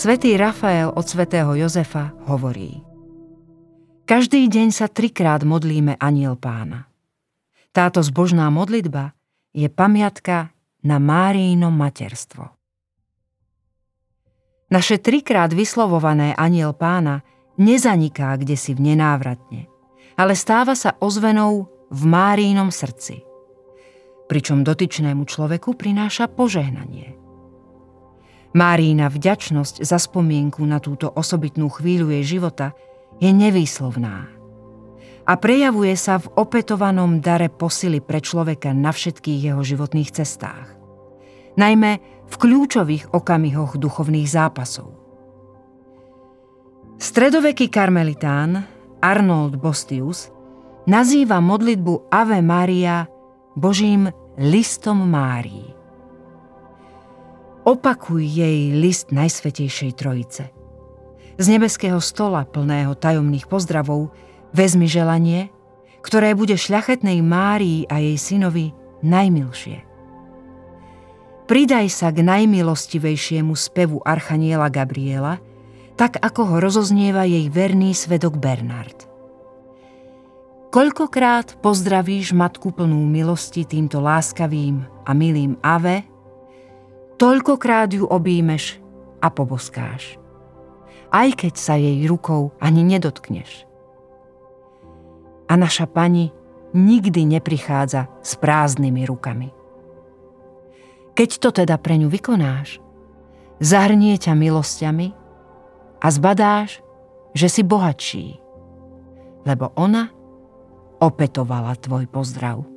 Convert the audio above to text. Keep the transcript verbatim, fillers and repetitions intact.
Svätý Rafael od svätého Jozefa hovorí: Každý deň sa trikrát modlíme Anjel Pána. Táto zbožná modlitba je pamiatka na Máriino materstvo. Naše trikrát vyslovované Anjel Pána nezaniká kdesi v nenávratne, ale stáva sa ozvenou v Máriinom srdci, pričom dotyčnému človeku prináša požehnanie. Máriina vďačnosť za spomienku na túto osobitnú chvíľu jej života je nevýslovná a prejavuje sa v opätovanom dare posily pre človeka na všetkých jeho životných cestách, najmä v kľúčových okamihoch duchovných zápasov. Stredoveký karmelitán Arnold Bostius nazýva modlitbu Ave Maria Božím listom Márii. Opakuj jej list Najsvätejšej Trojice. Z nebeského stola plného tajomných pozdravov vezmi želanie, ktoré bude šľachetnej Márii a jej synovi najmilšie. Pridaj sa k najmilostivejšiemu spevu archaniela Gabriela, tak ako ho rozoznieva jej verný svedok Bernard. Koľkokrát pozdravíš matku plnú milosti týmto láskavým a milým Ave, toľkokrát ju objímeš a poboskáš, aj keď sa jej rukou ani nedotkneš. A naša Pani nikdy neprichádza s prázdnymi rukami. Keď to teda pre ňu vykonáš, zahrnie ťa milosťami a zbadáš, že si bohatší, lebo ona opetovala tvoj pozdrav.